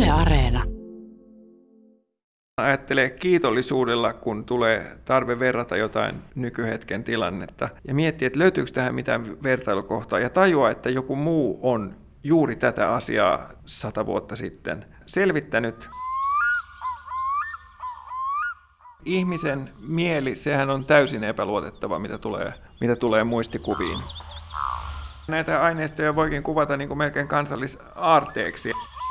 Yle Areena. Ajattelee kiitollisuudella, kun tulee tarve verrata jotain nykyhetken tilannetta ja miettii, että löytyykö tähän mitään vertailukohtaa ja tajua, että joku muu on juuri tätä asiaa 100 vuotta sitten selvittänyt. Ihmisen mieli, sehän on täysin epäluotettava, mitä tulee muistikuviin. Näitä aineistoja voikin kuvata niin kuin melkein kansallisaarteeksi.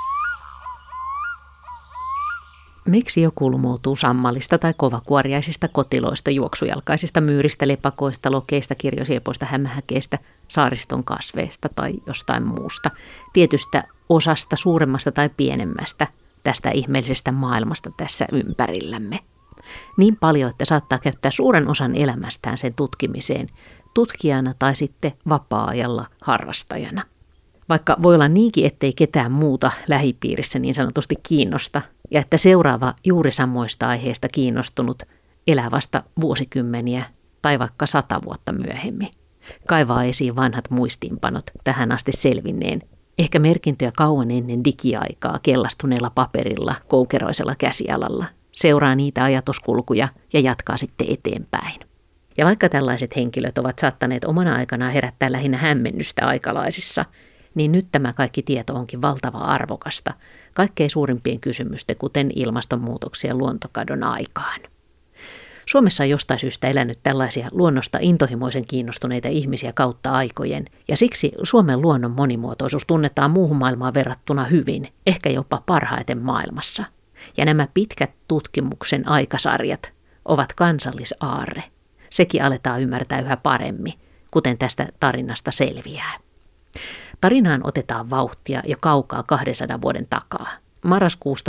Miksi joku lumoutuu sammalista tai kovakuoriaisista kotiloista, juoksujalkaisista myyristä, lepakoista, lokeista, kirjosiepoista, hämähäkeistä, saariston kasveista tai jostain muusta, tietystä osasta suuremmasta tai pienemmästä tästä ihmeellisestä maailmasta tässä ympärillämme? Niin paljon, että saattaa käyttää suuren osan elämästään sen tutkimiseen, tutkijana tai sitten vapaa-ajalla harrastajana. Vaikka voi olla niinkin, ettei ketään muuta lähipiirissä niin sanotusti kiinnosta, ja että seuraava juuri samoista aiheista kiinnostunut elää vasta vuosikymmeniä tai vaikka 100 vuotta myöhemmin. Kaivaa esiin vanhat muistiinpanot tähän asti selvinneen, ehkä merkintöjä kauan ennen digiaikaa kellastuneella paperilla, koukeroisella käsialalla, seuraa niitä ajatuskulkuja ja jatkaa sitten eteenpäin. Ja vaikka tällaiset henkilöt ovat saattaneet omana aikanaan herättää lähinnä hämmennystä aikalaisissa, niin nyt tämä kaikki tieto onkin valtava arvokasta, kaikkein suurimpien kysymysten, kuten ilmastonmuutoksen ja luontokadon aikaan. Suomessa on jostain syystä elänyt tällaisia luonnosta intohimoisen kiinnostuneita ihmisiä kautta aikojen, ja siksi Suomen luonnon monimuotoisuus tunnetaan muuhun maailmaan verrattuna hyvin, ehkä jopa parhaiten maailmassa. Ja nämä pitkät tutkimuksen aikasarjat ovat kansallisaarre. Sekin aletaan ymmärtää yhä paremmin, kuten tästä tarinasta selviää. Tarinaan otetaan vauhtia jo kaukaa 200 vuoden takaa. Marraskuusta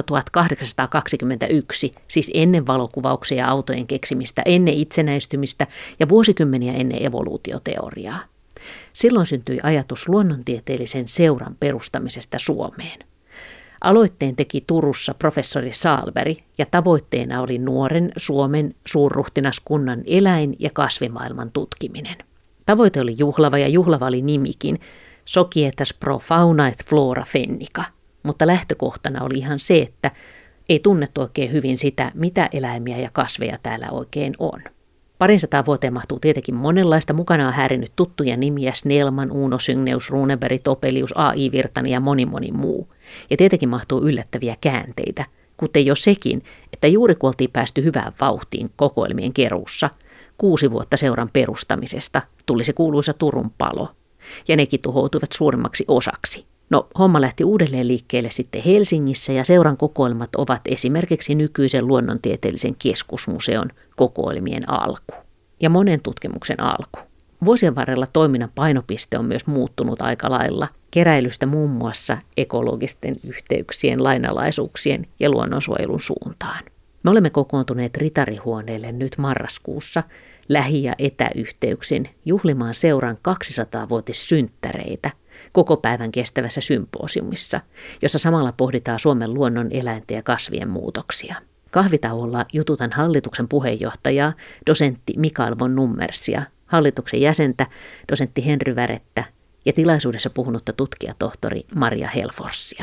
1821, siis ennen valokuvauksia ja autojen keksimistä, ennen itsenäistymistä ja vuosikymmeniä ennen evoluutioteoriaa. Silloin syntyi ajatus luonnontieteellisen seuran perustamisesta Suomeen. Aloitteen teki Turussa professori Saalberg ja tavoitteena oli nuoren Suomen suurruhtinaskunnan eläin- ja kasvimaailman tutkiminen. Tavoite oli juhlava ja juhlava oli nimikin, Societas pro fauna et flora fennica, mutta lähtökohtana oli ihan se, että ei tunnettu oikein hyvin sitä, mitä eläimiä ja kasveja täällä oikein on. 200 vuoteen mahtuu tietenkin monenlaista, mukana on häirinyt tuttuja nimiä Snellman, Uno Synneus, Runeberg, Topelius, A.I. Virtanen ja moni muu. Ja tietenkin mahtuu yllättäviä käänteitä, kuten jo sekin, että juuri kun oltiin päästy hyvään vauhtiin kokoelmien keruussa, 6 vuotta seuran perustamisesta tuli se kuuluisa Turun palo. Ja nekin tuhoutuivat suurimmaksi osaksi. No, homma lähti uudelleen liikkeelle sitten Helsingissä ja seuran kokoelmat ovat esimerkiksi nykyisen luonnontieteellisen keskusmuseon kokoelmien alku. Ja monen tutkimuksen alku. Vuosien varrella toiminnan painopiste on myös muuttunut aika lailla keräilystä muun muassa ekologisten yhteyksien, lainalaisuuksien ja luonnonsuojelun suuntaan. Me olemme kokoontuneet Ritarihuoneelle nyt marraskuussa lähi- ja etäyhteyksin juhlimaan seuran 200-vuotissynttäreitä koko päivän kestävässä symposiumissa, jossa samalla pohditaan Suomen luonnon, eläinten ja kasvien muutoksia. Kahvitauolla jututan hallituksen puheenjohtajaa, dosentti Mikael von Nummersia, hallituksen jäsentä, dosentti Henry Värettä ja tilaisuudessa puhunutta tutkijatohtori Maria Helforsia.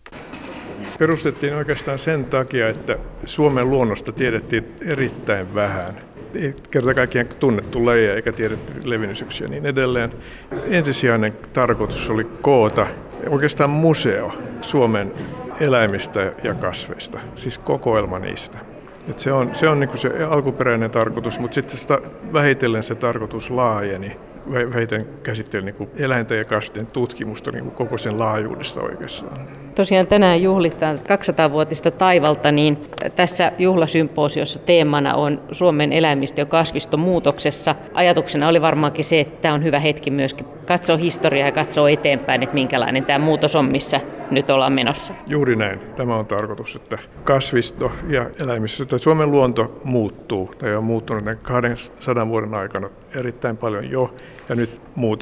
Perustettiin oikeastaan sen takia, että Suomen luonnosta tiedettiin erittäin vähän. Ei kerta kaikkiaan tunnettu lajeja eikä tiedetty levinnysyksiä niin edelleen. Ensisijainen tarkoitus oli koota oikeastaan museo Suomen eläimistä ja kasveista, siis kokoelma niistä. Se on niin kuin se alkuperäinen tarkoitus, mutta sitten vähitellen se tarkoitus laajeni. Vähiten käsittelen niin eläinten ja kasvien tutkimusta niin koko sen laajuudesta oikeastaan. Tosiaan tänään juhlitaan 200-vuotista taivalta, niin tässä juhlasymposiossa teemana on Suomen eläimistö- ja kasviston muutoksessa. Ajatuksena oli varmaankin se, että tämä on hyvä hetki myöskin katsoa historiaa ja katsoa eteenpäin, että minkälainen tämä muutos on, missä nyt ollaan menossa. Juuri näin. Tämä on tarkoitus, että kasvisto ja eläimistö, että Suomen luonto muuttuu tai on muuttunut 200 vuoden aikana erittäin paljon jo. Ja nyt muutos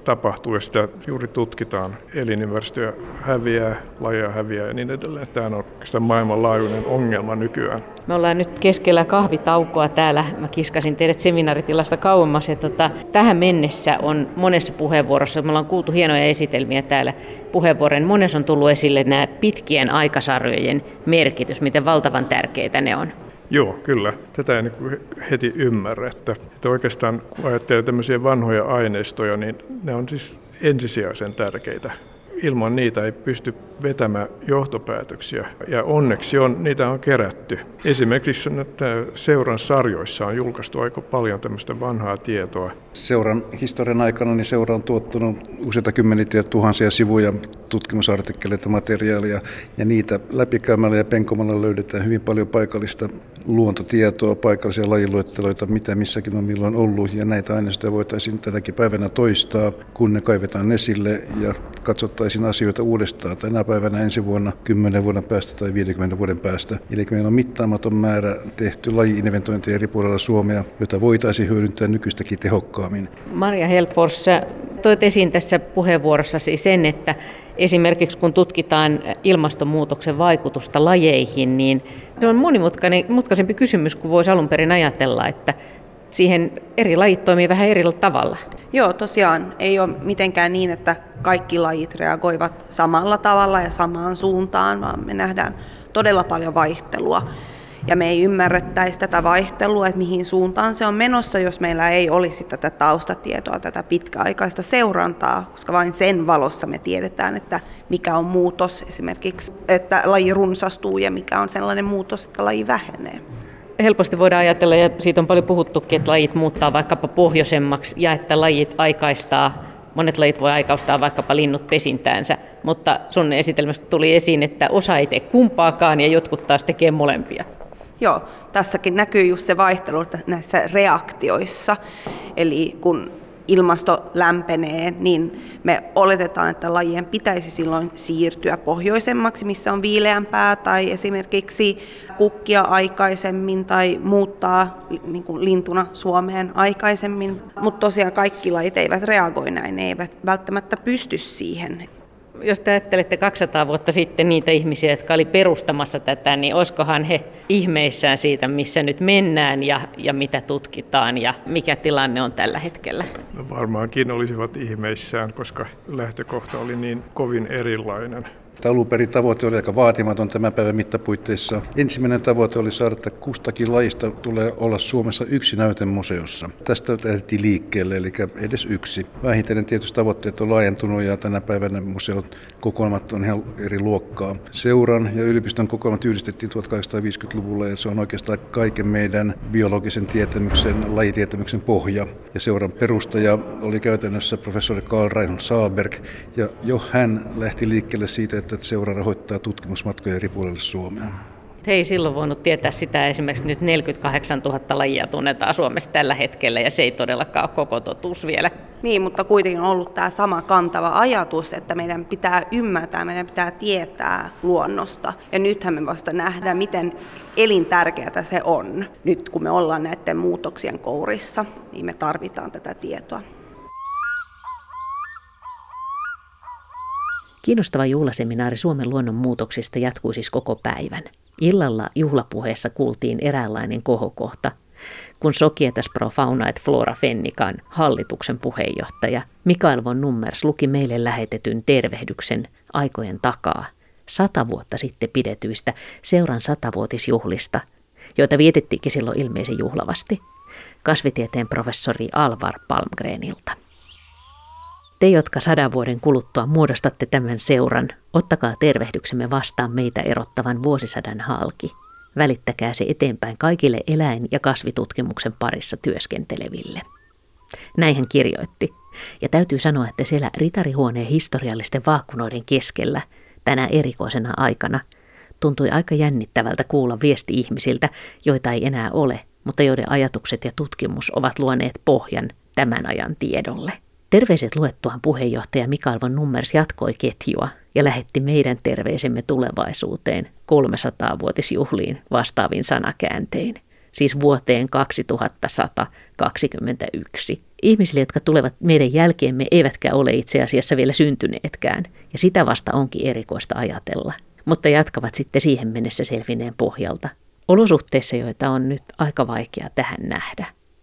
tapahtuu ja sitä juuri tutkitaan. Elinympäristöjä häviää, lajeja häviää ja niin edelleen. Tämä on oikeastaan maailmanlaajuinen ongelma nykyään. Me ollaan nyt keskellä kahvitaukoa täällä. Mä kiskasin teidät seminaaritilasta kauemmas. Ja tähän mennessä on monessa puheenvuorossa, me ollaan kuultu hienoja esitelmiä täällä puheenvuorojen. Monessa on tullut esille nämä pitkien aikasarjojen merkitys, miten valtavan tärkeitä ne on. Joo, kyllä. Tätä ei heti ymmärrä. Että oikeastaan kun ajattelee tämmöisiä vanhoja aineistoja, niin ne on siis ensisijaisen tärkeitä. Ilman niitä ei pysty vetämään johtopäätöksiä. Ja onneksi niitä on kerätty. Esimerkiksi seuran sarjoissa on julkaistu aika paljon tämmöistä vanhaa tietoa. Seuran historian aikana niin seura on tuottanut useita kymmeniä tuhansia sivuja tutkimusartikkeleita, materiaalia, ja niitä läpikäymällä ja penkomalla löydetään hyvin paljon paikallista luontotietoa, paikallisia lajiluetteloita, mitä missäkin on milloin ollut, ja näitä aineistoja voitaisiin tänäkin päivänä toistaa, kun ne kaivetaan esille ja katsottaisiin asioita uudestaan tänä päivänä, ensi vuonna, 10 vuoden päästä tai 50 vuoden päästä. Eli meillä on mittaamaton määrä tehty laji-inventointia eri puolilla Suomea, jota voitaisiin hyödyntää nykyistäkin tehokkaammin. Maria Helfors, toit esiin tässä puheenvuorossasi sen, että esimerkiksi kun tutkitaan ilmastonmuutoksen vaikutusta lajeihin, niin se on monimutkaisempi kysymys kuin voisi alun perin ajatella, että siihen eri lajit toimii vähän eri tavalla. Joo, tosiaan ei ole mitenkään niin, että kaikki lajit reagoivat samalla tavalla ja samaan suuntaan, vaan me nähdään todella paljon vaihtelua. Ja me ei ymmärrettäisi tätä vaihtelua, että mihin suuntaan se on menossa, jos meillä ei olisi tätä taustatietoa, tätä pitkäaikaista seurantaa, koska vain sen valossa me tiedetään, että mikä on muutos esimerkiksi, että laji runsastuu ja mikä on sellainen muutos, että laji vähenee. Helposti voidaan ajatella, ja siitä on paljon puhuttukin, että lajit muuttaa vaikkapa pohjoisemmaksi ja että lajit monet lajit voi aikaistaa vaikkapa linnut pesintäänsä, mutta sun esitelmästä tuli esiin, että osa ei tee kumpaakaan ja jotkut taas tekee molempia. Joo, tässäkin näkyy just se vaihtelu näissä reaktioissa, eli kun ilmasto lämpenee, niin me oletetaan, että lajien pitäisi silloin siirtyä pohjoisemmaksi, missä on viileämpää, tai esimerkiksi kukkia aikaisemmin tai muuttaa niin kuin lintuna Suomeen aikaisemmin. Mutta tosiaan kaikki lajit eivät reagoi näin, ne eivät välttämättä pysty siihen. Jos te ajattelette 200 vuotta sitten niitä ihmisiä, jotka oli perustamassa tätä, niin olisikohan he ihmeissään siitä, missä nyt mennään ja mitä tutkitaan ja mikä tilanne on tällä hetkellä? No varmaankin olisivat ihmeissään, koska lähtökohta oli niin kovin erilainen. Alun perin tavoite oli aika vaatimaton tämän päivän mittapuitteissa. Ensimmäinen tavoite oli saada, että kustakin lajista tulee olla Suomessa yksi näytemuseossa. Tästä lähdettiin liikkeelle, eli edes yksi. Vähitellen tietysti tavoitteet on laajentunut ja tänä päivänä museon kokoelmat on ihan eri luokkaa. Seuran ja yliopiston kokoelmat yhdistettiin 1850-luvulla ja se on oikeastaan kaiken meidän biologisen tietämyksen, lajitietämyksen pohja. Ja seuran perustaja oli käytännössä professori Carl Reinhold Sahlberg ja jo hän lähti liikkeelle siitä, että seura rahoittaa tutkimusmatkoja eri puolille Suomea. He ei silloin voinut tietää sitä, esimerkiksi nyt 48 000 lajia tunnetaan Suomessa tällä hetkellä, ja se ei todellakaan ole koko totuus vielä. Niin, mutta kuitenkin on ollut tämä sama kantava ajatus, että meidän pitää ymmärtää, meidän pitää tietää luonnosta. Ja nythän me vasta nähdään, miten elintärkeää se on. Nyt kun me ollaan näiden muutoksien kourissa, niin me tarvitaan tätä tietoa. Kiinnostava juhlaseminaari Suomen luonnon muutoksista jatkui siis koko päivän. Illalla juhlapuheessa kuultiin eräänlainen kohokohta, kun Societas pro Fauna et Flora Fennican hallituksen puheenjohtaja Mikael von Nummers luki meille lähetetyn tervehdyksen aikojen takaa 100 vuotta sitten pidetyistä seuran 100-vuotisjuhlista, joita vietettiinkin silloin ilmeisen juhlavasti, kasvitieteen professori Alvar Palmgrenilta. Te, jotka 100 vuoden kuluttua muodostatte tämän seuran, ottakaa tervehdyksemme vastaan meitä erottavan vuosisadan halki. Välittäkää se eteenpäin kaikille eläin- ja kasvitutkimuksen parissa työskenteleville. Näin hän kirjoitti. Ja täytyy sanoa, että siellä ritarihuoneen historiallisten vaakkunoiden keskellä tänä erikoisena aikana tuntui aika jännittävältä kuulla viesti ihmisiltä, joita ei enää ole, mutta joiden ajatukset ja tutkimus ovat luoneet pohjan tämän ajan tiedolle. Terveiset luettuaan puheenjohtaja Mikael von Nummers jatkoi ketjua ja lähetti meidän terveisemme tulevaisuuteen 300-vuotisjuhliin vastaavin sanakääntein. siis vuoteen 2121. Ihmisille, jotka tulevat meidän jälkeemme, eivätkä ole itse asiassa vielä syntyneetkään, ja sitä vasta onkin erikoista ajatella, mutta jatkavat sitten siihen mennessä selvinneen pohjalta, olosuhteissa, joita on nyt aika vaikea tähän nähdä.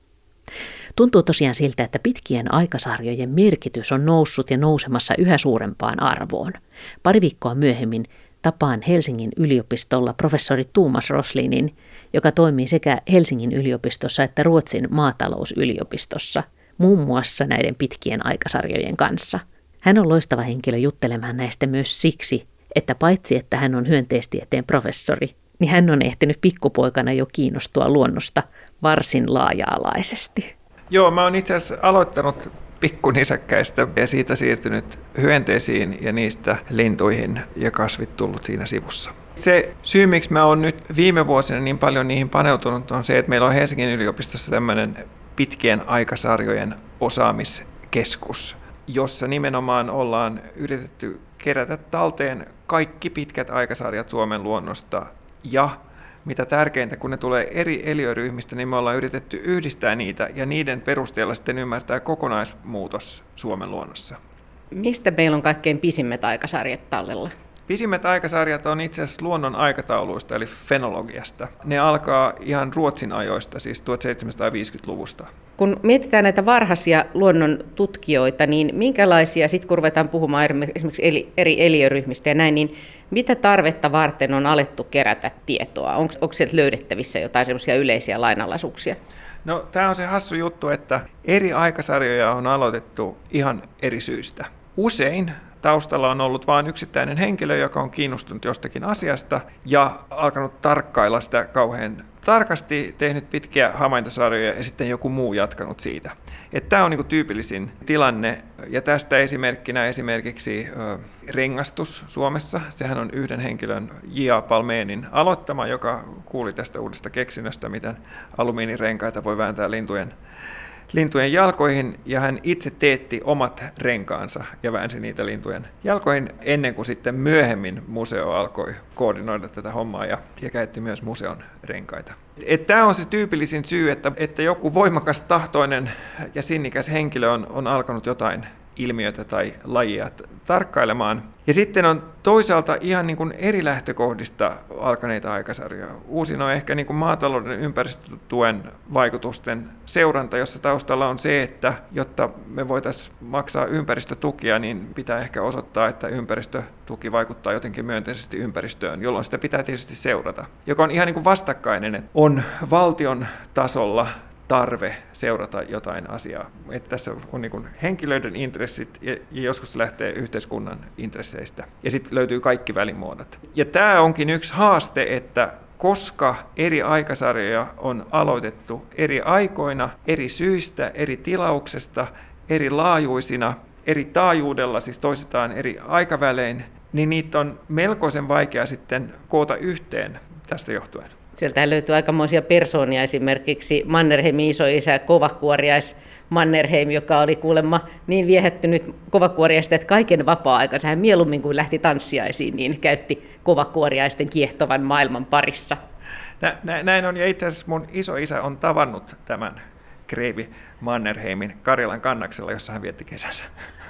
Tuntuu tosiaan siltä, että pitkien aikasarjojen merkitys on noussut ja nousemassa yhä suurempaan arvoon. Pari viikkoa myöhemmin tapaan Helsingin yliopistolla professori Thomas Roslinin, joka toimii sekä Helsingin yliopistossa että Ruotsin maatalousyliopistossa, muun muassa näiden pitkien aikasarjojen kanssa. Hän on loistava henkilö juttelemaan näistä myös siksi, että paitsi että hän on hyönteistieteen professori, niin hän on ehtinyt pikkupoikana jo kiinnostua luonnosta varsin laaja-alaisesti. Joo, mä oon itse asiassa aloittanut pikkunisäkkäistä ja siitä siirtynyt hyönteisiin ja niistä lintuihin ja kasvit tullut siinä sivussa. Se syy, miksi mä oon nyt viime vuosina niin paljon niihin paneutunut, on se, että meillä on Helsingin yliopistossa tämmöinen pitkien aikasarjojen osaamiskeskus, jossa nimenomaan ollaan yritetty kerätä talteen kaikki pitkät aikasarjat Suomen luonnosta ja mitä tärkeintä, kun ne tulee eri eliöryhmistä, niin me ollaan yritetty yhdistää niitä ja niiden perusteella sitten ymmärtää kokonaismuutos Suomen luonnossa. Mistä meillä on kaikkein pisimmät aikasarjat tallella? Pisimmät aikasarjat on itse asiassa luonnon aikatauluista, eli fenologiasta. Ne alkaa ihan Ruotsin ajoista, siis 1750-luvusta. Kun mietitään näitä varhaisia luonnon tutkijoita, niin minkälaisia, sitten kun ruvetaan puhumaan esimerkiksi eri eliöryhmistä ja näin, niin mitä tarvetta varten on alettu kerätä tietoa? Onko sieltä löydettävissä jotain semmoisia yleisiä lainalaisuuksia? No, tämä on se hassu juttu, että eri aikasarjoja on aloitettu ihan eri syistä. Usein taustalla on ollut vain yksittäinen henkilö, joka on kiinnostunut jostakin asiasta ja alkanut tarkkailla sitä kauhean tarkasti, tehnyt pitkiä havaintosarjoja ja sitten joku muu jatkanut siitä. Tämä on tyypillisin tilanne ja tästä esimerkkinä esimerkiksi rengastus Suomessa. Sehän on yhden henkilön J.A. Palménin aloittama, joka kuuli tästä uudesta keksinnöstä, miten alumiinirenkaita voi vääntää lintujen jalkoihin, ja hän itse teetti omat renkaansa ja väänsi niitä lintujen jalkoihin ennen kuin sitten myöhemmin museo alkoi koordinoida tätä hommaa ja käytti myös museon renkaita. Tämä on se tyypillisin syy, että joku voimakas tahtoinen ja sinnikäs henkilö on alkanut jotain ilmiötä tai lajia tarkkailemaan. Ja sitten on toisaalta ihan eri lähtökohdista alkaneita aikasarjoja. Uusin on ehkä maatalouden ympäristötuen vaikutusten seuranta, jossa taustalla on se, että jotta me voitaisiin maksaa ympäristötukia, niin pitää ehkä osoittaa, että ympäristötuki vaikuttaa jotenkin myönteisesti ympäristöön, jolloin sitä pitää tietysti seurata. Joka on ihan vastakkainen, että on valtion tasolla tarve seurata jotain asiaa. Että tässä on henkilöiden intressit ja joskus se lähtee yhteiskunnan intresseistä. Ja sitten löytyy kaikki välimuodot. Ja tämä onkin yksi haaste, että koska eri aikasarjoja on aloitettu eri aikoina, eri syistä, eri tilauksesta, eri laajuisina, eri taajuudella, siis toistetaan eri aikavälein, niin niitä on melkoisen vaikea sitten koota yhteen tästä johtuen. Sieltä löytyy aikamoisia persoonia, esimerkiksi Mannerheimin isoisä Kovakuoriais Mannerheim, joka oli kuulemma niin viehättynyt kovakuoriaista, että kaiken vapaa-aikansa hän mieluummin kuin lähti tanssiaisiin, niin käytti kovakuoriaisten kiehtovan maailman parissa. Näin on, ja itse asiassa mun isoisä on tavannut tämän kreivi Mannerheimin Karjalan Kannaksella, jossa hän vietti kesänsä.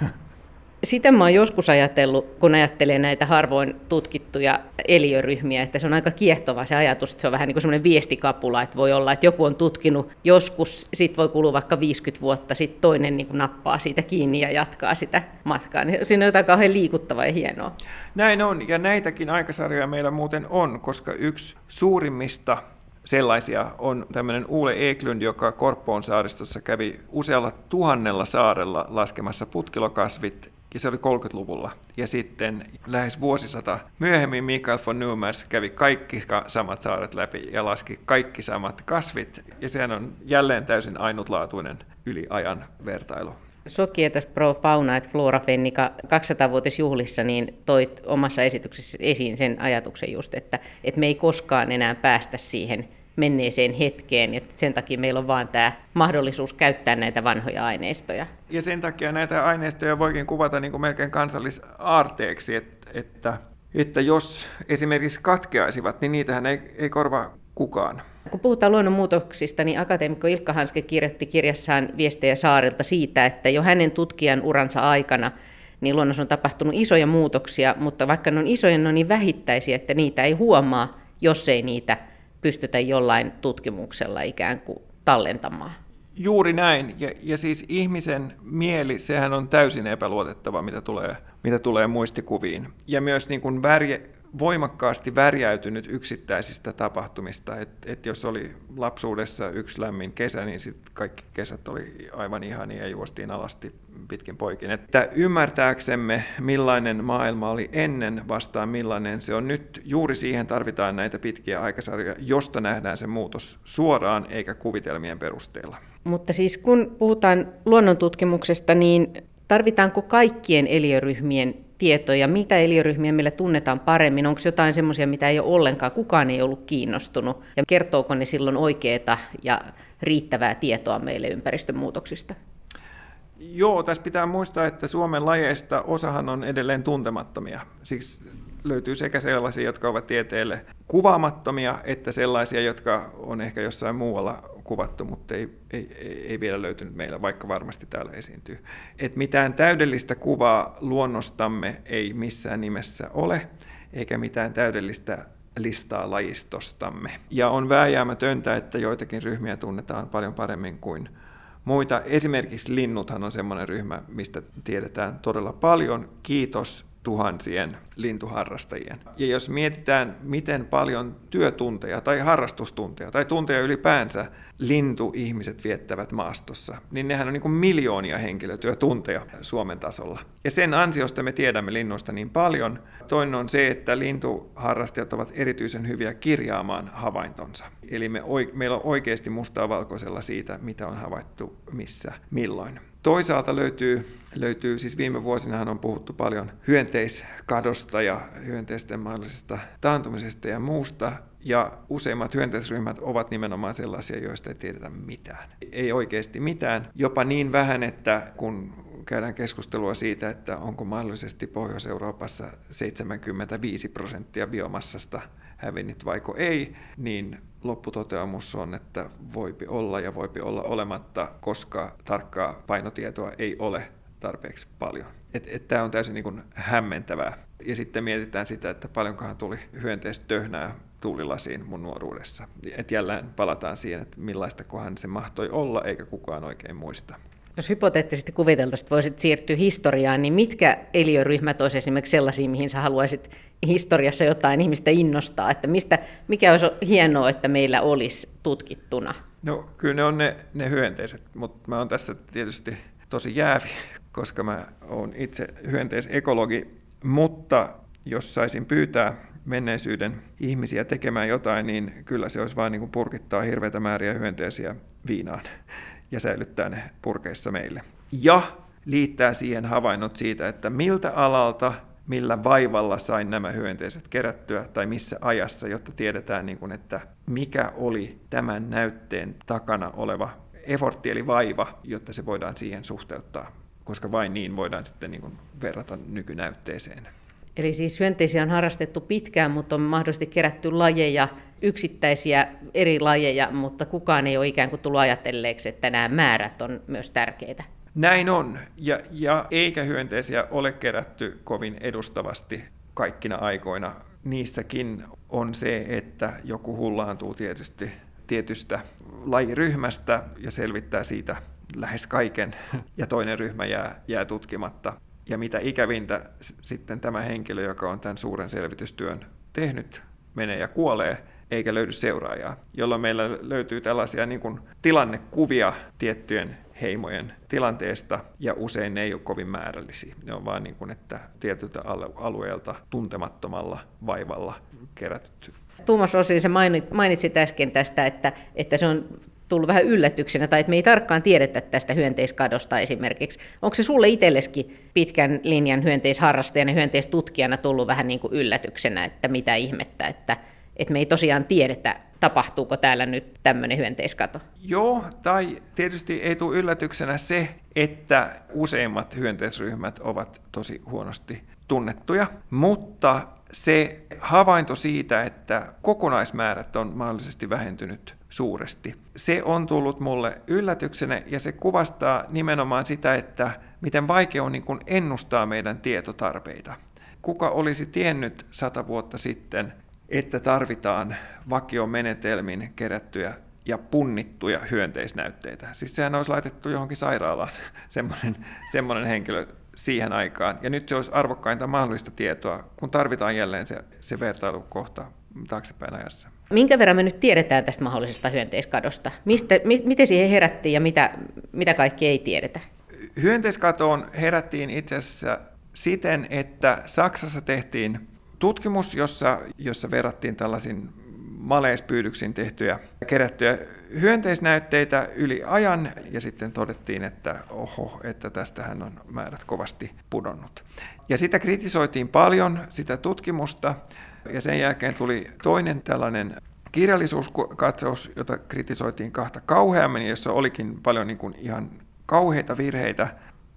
Sitä mä oon joskus ajatellut, kun ajattelee näitä harvoin tutkittuja eliöryhmiä, että se on aika kiehtova se ajatus, että se on vähän niin kuin semmoinen viestikapula, että voi olla, että joku on tutkinut joskus, sit voi kulua vaikka 50 vuotta, sitten toinen niin kuin nappaa siitä kiinni ja jatkaa sitä matkaa. Siinä on jotain kauhean liikuttavaa ja hienoa. Näin on, ja näitäkin aikasarjoja meillä muuten on, koska yksi suurimmista sellaisia on tämmöinen Ole Eklund, joka Korppoon saaristossa kävi usealla 1000 saarella laskemassa putkilokasvit, ja se oli 30-luvulla. Ja sitten lähes vuosisata myöhemmin Mikael von Neumers kävi kaikki samat saaret läpi ja laski kaikki samat kasvit. Ja sehän on jälleen täysin ainutlaatuinen yli ajan vertailu. Societas pro fauna et flora fennica 200-vuotisjuhlissa niin toit omassa esityksessä esiin sen ajatuksen just, että me ei koskaan enää päästä siihen menneeseen hetkeen, että sen takia meillä on vaan tämä mahdollisuus käyttää näitä vanhoja aineistoja. Ja sen takia näitä aineistoja voikin kuvata niin kuin melkein kansallisaarteeksi, että jos esimerkiksi katkeaisivat, niin niitähän ei korvaa kukaan. Kun puhutaan luonnonmuutoksista, niin akateemikko Ilkka Hanske kirjoitti kirjassaan Viestejä saarilta siitä, että jo hänen tutkijan uransa aikana niin luonnossa on tapahtunut isoja muutoksia, mutta vaikka ne on isoja, ne on niin vähittäisiä, että niitä ei huomaa, jos ei niitä pystytä jollain tutkimuksella ikään kuin tallentamaan. Juuri näin. Ja siis ihmisen mieli, sehän on täysin epäluotettava, mitä tulee muistikuviin. Ja myös niin kuin voimakkaasti värjäytynyt yksittäisistä tapahtumista. Et jos oli lapsuudessa yksi lämmin kesä, niin sitten kaikki kesät oli aivan ihania ja juostiin alasti pitkin poikin. Että ymmärtääksemme, millainen maailma oli ennen vastaan millainen se on nyt, juuri siihen tarvitaan näitä pitkiä aikasarjoja, josta nähdään se muutos suoraan eikä kuvitelmien perusteella. Mutta siis kun puhutaan luonnontutkimuksesta, niin tarvitaanko kaikkien eliöryhmien tietoja? Mitä eliöryhmiä meillä tunnetaan paremmin? Onko jotain semmoisia, mitä ei ole ollenkaan, kukaan ei ollut kiinnostunut? Ja kertooko ne silloin oikeaa ja riittävää tietoa meille ympäristön muutoksista? Joo, tässä pitää muistaa, että Suomen lajeista osahan on edelleen tuntemattomia. Siksi löytyy sekä sellaisia, jotka ovat tieteelle kuvaamattomia, että sellaisia, jotka on ehkä jossain muualla kuvattu, mutta ei vielä löytynyt meillä, vaikka varmasti täällä esiintyy. Et mitään täydellistä kuvaa luonnostamme ei missään nimessä ole, eikä mitään täydellistä listaa lajistostamme. Ja on vääjäämätöntä, että joitakin ryhmiä tunnetaan paljon paremmin kuin muita. Esimerkiksi linnuthan on semmoinen ryhmä, mistä tiedetään todella paljon. Kiitos tuhansien lintuharrastajien. Ja jos mietitään, miten paljon työtunteja tai harrastustunteja tai tunteja ylipäänsä lintuihmiset viettävät maastossa, niin nehän on niin kuin miljoonia henkilötyötunteja Suomen tasolla. Ja sen ansiosta me tiedämme linnuista niin paljon. Toinen on se, että lintuharrastajat ovat erityisen hyviä kirjaamaan havaintonsa. Eli meillä on oikeasti mustaa valkoisella siitä, mitä on havaittu missä, milloin. Toisaalta löytyy, siis viime vuosinahan on puhuttu paljon hyönteiskadosta ja hyönteisten mahdollisesta taantumisesta ja muusta, ja useimmat hyönteisryhmät ovat nimenomaan sellaisia, joista ei tiedetä mitään. Ei oikeasti mitään, jopa niin vähän, että kun käydään keskustelua siitä, että onko mahdollisesti Pohjois-Euroopassa 75% biomassasta hävinnyt vaiko ei, niin lopputoteamus on, että voipi olla ja voipi olla olematta, koska tarkkaa painotietoa ei ole tarpeeksi paljon. Tämä on täysin niin kuin hämmentävää. Ja sitten mietitään sitä, että paljonkohan tuli hyönteistöhnää tuulilasiin mun nuoruudessa. Et jälleen palataan siihen, että millaista kohan se mahtoi olla, eikä kukaan oikein muista. Jos hypoteettisesti kuviteltaisiin, että voisit siirtyä historiaan, niin mitkä eliöryhmät olisi esimerkiksi sellaisia, mihin sä haluaisit historiassa jotain ihmistä innostaa? Että mikä olisi hienoa, että meillä olisi tutkittuna? No kyllä ne on ne hyönteiset, mutta mä oon tässä tietysti tosi jäävi, koska mä oon itse hyönteisekologi, mutta jos saisin pyytää menneisyyden ihmisiä tekemään jotain, niin kyllä se olisi vain niin kuin purkittaa hirveitä määriä hyönteisiä viinaan ja säilyttää ne purkeissa meille. Ja liittää siihen havainnot siitä, että miltä alalta, millä vaivalla sain nämä hyönteiset kerättyä tai missä ajassa, jotta tiedetään, niin kuin, että mikä oli tämän näytteen takana oleva effortti eli vaiva, jotta se voidaan siihen suhteuttaa, koska vain niin voidaan sitten niin kuin verrata nykynäytteeseen. Eli siis hyönteisiä on harrastettu pitkään, mutta on mahdollisesti kerätty lajeja, yksittäisiä eri lajeja, mutta kukaan ei ole ikään kuin tullut ajatelleeksi, että nämä määrät on myös tärkeitä. Näin on, ja eikä hyönteisiä ole kerätty kovin edustavasti kaikkina aikoina. Niissäkin on se, että joku hullaantuu tietysti tietystä lajiryhmästä ja selvittää siitä lähes kaiken, ja toinen ryhmä jää tutkimatta. Ja mitä ikävintä sitten tämä henkilö, joka on tämän suuren selvitystyön tehnyt, menee ja kuolee, eikä löydy seuraajaa, jolloin meillä löytyy tällaisia niin kuin tilannekuvia tiettyjen heimojen tilanteesta, ja usein ne ei ole kovin määrällisiä. Ne on vaan niin kuin, että tietyltä alueelta tuntemattomalla vaivalla kerätyt. Tuomas Rossi, sä mainitsit äsken tästä, että se on tullut vähän yllätyksenä, tai että me ei tarkkaan tiedetä tästä hyönteiskadosta esimerkiksi. Onko se sulle itselleskin pitkän linjan hyönteisharrastajana ja hyönteistutkijana tullut vähän niin kuin yllätyksenä, että mitä ihmettä, että me ei tosiaan tiedetä, tapahtuuko täällä nyt tämmöinen hyönteiskato? Joo, tai tietysti ei tule yllätyksenä se, että useimmat hyönteisryhmät ovat tosi huonosti tunnettuja, mutta se, havainto siitä, että kokonaismäärät on mahdollisesti vähentynyt suuresti. Se on tullut mulle yllätyksenä ja se kuvastaa nimenomaan sitä, että miten vaikea on niin kuin ennustaa meidän tietotarpeita. Kuka olisi tiennyt 100 vuotta sitten, että tarvitaan vakiomenetelmin kerättyjä ja punnittuja hyönteisnäytteitä. Siis sehän olisi laitettu johonkin sairaalaan semmoinen henkilö siihen aikaan. Ja nyt se olisi arvokkainta mahdollista tietoa, kun tarvitaan jälleen se vertailukohta taaksepäin ajassa. Minkä verran me nyt tiedetään tästä mahdollisesta hyönteiskadosta? Miten siihen herättiin ja mitä kaikki ei tiedetä? Hyönteiskatoon herättiin itse asiassa siten, että Saksassa tehtiin tutkimus, jossa verrattiin tällaisiin maleispyydyksin tehtyjä kerättyjä hyönteisnäytteitä yli ajan, ja sitten todettiin, että tästähän on määrät kovasti pudonnut. Ja sitä kritisoitiin paljon, sitä tutkimusta, ja sen jälkeen tuli toinen tällainen kirjallisuuskatsaus, jota kritisoitiin kahta kauheammin, jossa olikin paljon niin kuin ihan kauheita virheitä,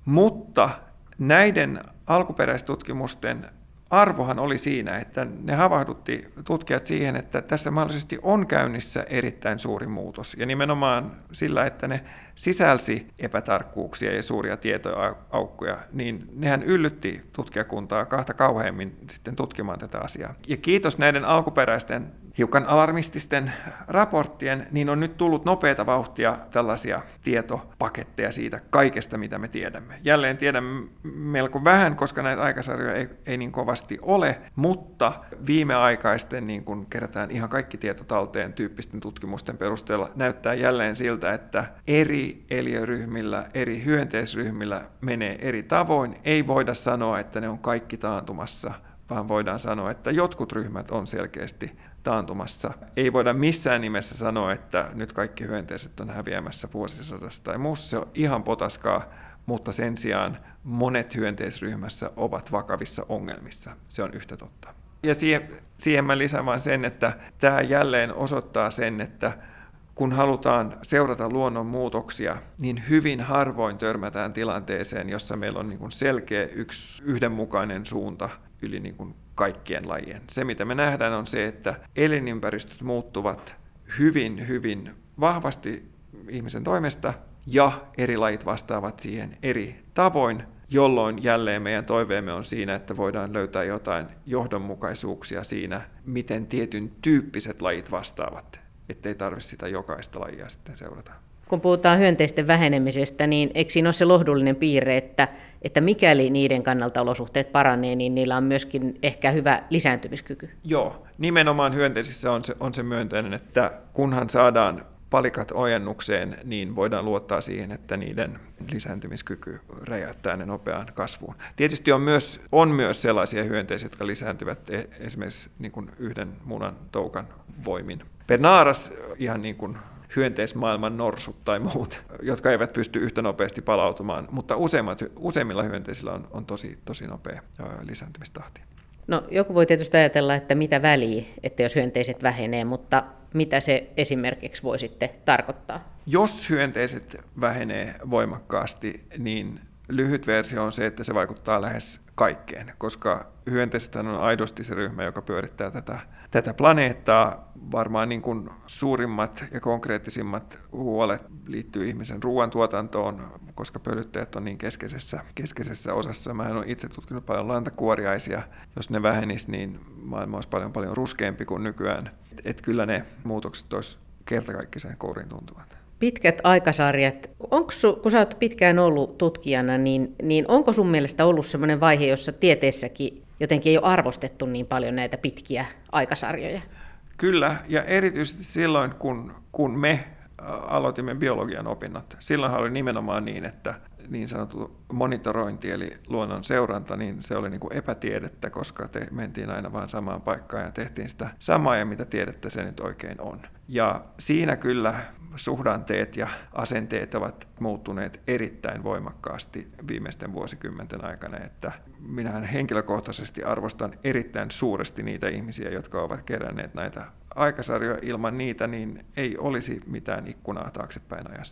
mutta näiden alkuperäistutkimusten arvohan oli siinä, että ne havahdutti tutkijat siihen, että tässä mahdollisesti on käynnissä erittäin suuri muutos. Ja nimenomaan sillä, että ne sisälsi epätarkkuuksia ja suuria tietoaukkoja, niin nehän yllytti tutkijakuntaa kahta kauheammin sitten tutkimaan tätä asiaa. Ja kiitos näiden alkuperäisten hiukan alarmististen raporttien, niin on nyt tullut nopeata vauhtia tällaisia tietopaketteja siitä kaikesta, mitä me tiedämme. Jälleen tiedämme melko vähän, koska näitä aikasarjoja ei niin kovasti ole, mutta viimeaikaisten, niin kun kerätään ihan kaikki tieto talteen tyyppisten tutkimusten perusteella, näyttää jälleen siltä, että eri eliöryhmillä, eri hyönteisryhmillä menee eri tavoin. Ei voida sanoa, että ne on kaikki taantumassa, vaan voidaan sanoa, että jotkut ryhmät on selkeästi taantumassa. Ei voida missään nimessä sanoa, että nyt kaikki hyönteiset on häviämässä vuosisadasta tai muussa. Se on ihan potaskaa, mutta sen sijaan monet hyönteisryhmässä ovat vakavissa ongelmissa. Se on yhtä totta. Ja siihen mä lisään vain sen, että tämä jälleen osoittaa sen, että kun halutaan seurata luonnon muutoksia, niin hyvin harvoin törmätään tilanteeseen, jossa meillä on niin kuin selkeä yhdenmukainen suunta yli niin kuin kaikkien lajien. Se, mitä me nähdään, on se, että elinympäristöt muuttuvat hyvin, hyvin vahvasti ihmisen toimesta, ja eri lajit vastaavat siihen eri tavoin, jolloin jälleen meidän toiveemme on siinä, että voidaan löytää jotain johdonmukaisuuksia siinä, miten tietyn tyyppiset lajit vastaavat, ettei tarvitse sitä jokaista lajia sitten seurata. Kun puhutaan hyönteisten vähenemisestä, niin eikö siinä ole se lohdullinen piirre, että mikäli niiden kannalta olosuhteet paranee, niin niillä on myöskin ehkä hyvä lisääntymiskyky? Joo, nimenomaan hyönteisissä on se myönteinen, että kunhan saadaan palikat ojennukseen, niin voidaan luottaa siihen, että niiden lisääntymiskyky räjäyttää ne nopeaan kasvuun. Tietysti on myös sellaisia hyönteisiä, jotka lisääntyvät esimerkiksi niin kuin yhden munan toukan voimin. Per naaras ihan niin kuin hyönteismaailman norsut tai muut, jotka eivät pysty yhtä nopeasti palautumaan, mutta useimmilla hyönteisillä on tosi nopea lisääntymistahti. No, joku voi tietysti ajatella, että mitä väliä, että jos hyönteiset vähenee, mutta mitä se esimerkiksi voi sitten tarkoittaa? Jos hyönteiset vähenee voimakkaasti, niin lyhyt versio on se, että se vaikuttaa lähes kaikkeen, koska hyönteiset on aidosti se ryhmä, joka pyörittää tätä planeettaa. Varmaan niin kuin suurimmat ja konkreettisimmat huolet liittyy ihmisen ruoantuotantoon, koska pölyttäjät on niin keskeisessä osassa. Mä olen itse tutkinut paljon lantakuoriaisia. Jos ne vähenisi, niin maailma olisi paljon ruskeampi kuin nykyään. Että kyllä ne muutokset olisi kertakaikkisen kouriin tuntuvat. Pitkät aikasarjat. Kun sä oot pitkään ollut tutkijana, niin onko sun mielestä ollut sellainen vaihe, jossa tieteessäkin jotenkin ei ole arvostettu niin paljon näitä pitkiä aikasarjoja? Kyllä, ja erityisesti silloin, kun me aloitimme biologian opinnot. Silloinhan oli nimenomaan niin, että niin sanottu monitorointi eli luonnon seuranta, niin se oli niin kuin epätiedettä, koska mentiin aina vaan samaan paikkaan ja tehtiin sitä samaa ja mitä tiedettä se nyt oikein on. Ja siinä kyllä suhdanteet ja asenteet ovat muuttuneet erittäin voimakkaasti viimeisten vuosikymmenten aikana, että minähän henkilökohtaisesti arvostan erittäin suuresti niitä ihmisiä, jotka ovat keränneet näitä aikasarjoja. Ilman niitä niin ei olisi mitään ikkunaa taaksepäin ajassa.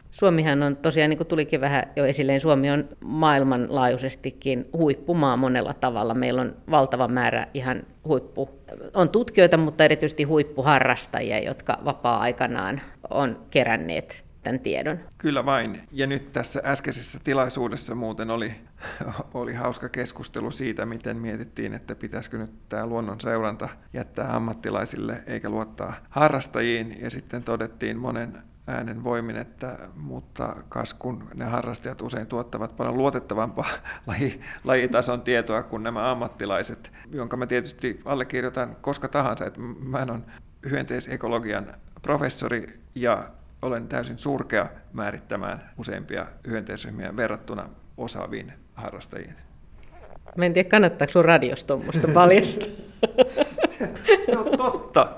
Suomihan on tosiaan, niin kuin tulikin vähän jo esilleen, Suomi on maailmanlaajuisestikin huippumaa monella tavalla. Meillä on valtava määrä ihan on tutkijoita, mutta erityisesti huippuharrastajia, jotka vapaa-aikanaan on keränneet tämän tiedon. Kyllä vain. Ja nyt tässä äskeisessä tilaisuudessa muuten oli hauska keskustelu siitä, miten mietittiin, että pitäisikö nyt tämä luonnon seuranta jättää ammattilaisille eikä luottaa harrastajiin. Ja sitten todettiin monen äänen voimin, että mutta kas kun ne harrastajat usein tuottavat paljon luotettavampaa lajitason tietoa kuin nämä ammattilaiset, jonka mä tietysti allekirjoitan koska tahansa, että mä olen hyönteisekologian professori ja olen täysin surkea määrittämään useimpia hyönteisryhmiä verrattuna osaaviin harrastajiin. Mä en tiedä, kannattaako sun radiosta tuommoista paljasta. Se on totta.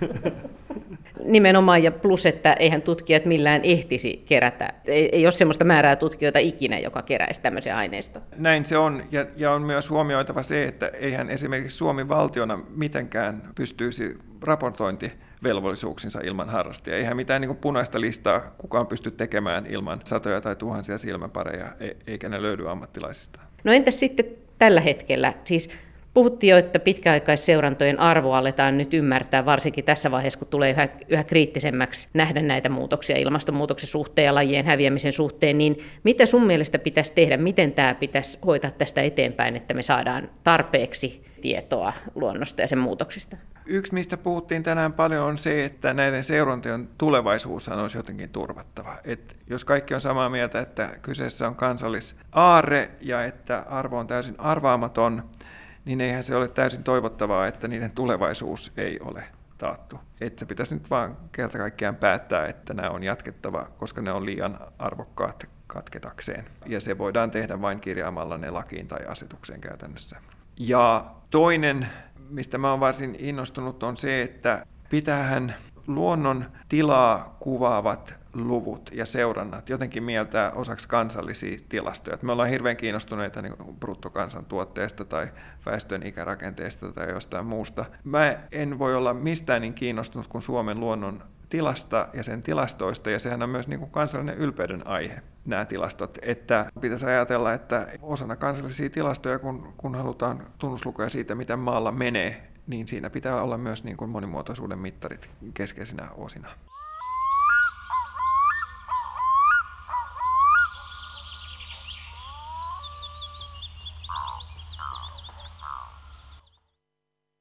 Nimenomaan, ja plus, että eihän tutkijat millään ehtisi kerätä. Ei ole sellaista määrää tutkijoita ikinä, joka keräisi tämmöisen aineiston. Näin se on, ja on myös huomioitava se, että eihän esimerkiksi Suomi valtiona mitenkään pystyisi raportointivelvollisuuksinsa ilman harrastajia. Eihän mitään niin kuin punaista listaa kukaan pysty tekemään ilman satoja tai tuhansia silmäpareja, eikä ne löydy ammattilaisista. No entäs sitten tällä hetkellä? Siis puhuttiin jo, että pitkäaikaisseurantojen arvoa aletaan nyt ymmärtää, varsinkin tässä vaiheessa, kun tulee yhä kriittisemmäksi nähdä näitä muutoksia ilmastonmuutoksen suhteen ja lajien häviämisen suhteen, niin mitä sun mielestä pitäisi tehdä, miten tämä pitäisi hoitaa tästä eteenpäin, että me saadaan tarpeeksi tietoa luonnosta ja sen muutoksista? Yksi, mistä puhuttiin tänään paljon, on se, että näiden seurantojen tulevaisuus olisi jotenkin turvattava. Et jos kaikki on samaa mieltä, että kyseessä on kansallisaarre ja että arvo on täysin arvaamaton, niin eihän se ole täysin toivottavaa, että niiden tulevaisuus ei ole taattu. Että se pitäisi nyt vaan kerta kaikkiaan päättää, että nämä on jatkettava, koska ne on liian arvokkaat katketakseen. Ja se voidaan tehdä vain kirjaamalla ne lakiin tai asetukseen käytännössä. Ja toinen, mistä mä olen varsin innostunut, on se, että pitäähän luonnon tilaa kuvaavat luvut ja seurannat jotenkin mieltää osaksi kansallisia tilastoja. Me ollaan hirveän kiinnostuneita niin bruttokansantuotteesta tai väestön ikärakenteesta tai jostain muusta. Mä en voi olla mistään niin kiinnostunut kuin Suomen luonnon tilasta ja sen tilastoista, ja sehän on myös niin kuin kansallinen ylpeyden aihe, nämä tilastot. Että pitäisi ajatella, että osana kansallisia tilastoja, kun halutaan tunnuslukuja siitä, miten maalla menee, niin siinä pitää olla myös niin kuin monimuotoisuuden mittarit keskeisinä osina.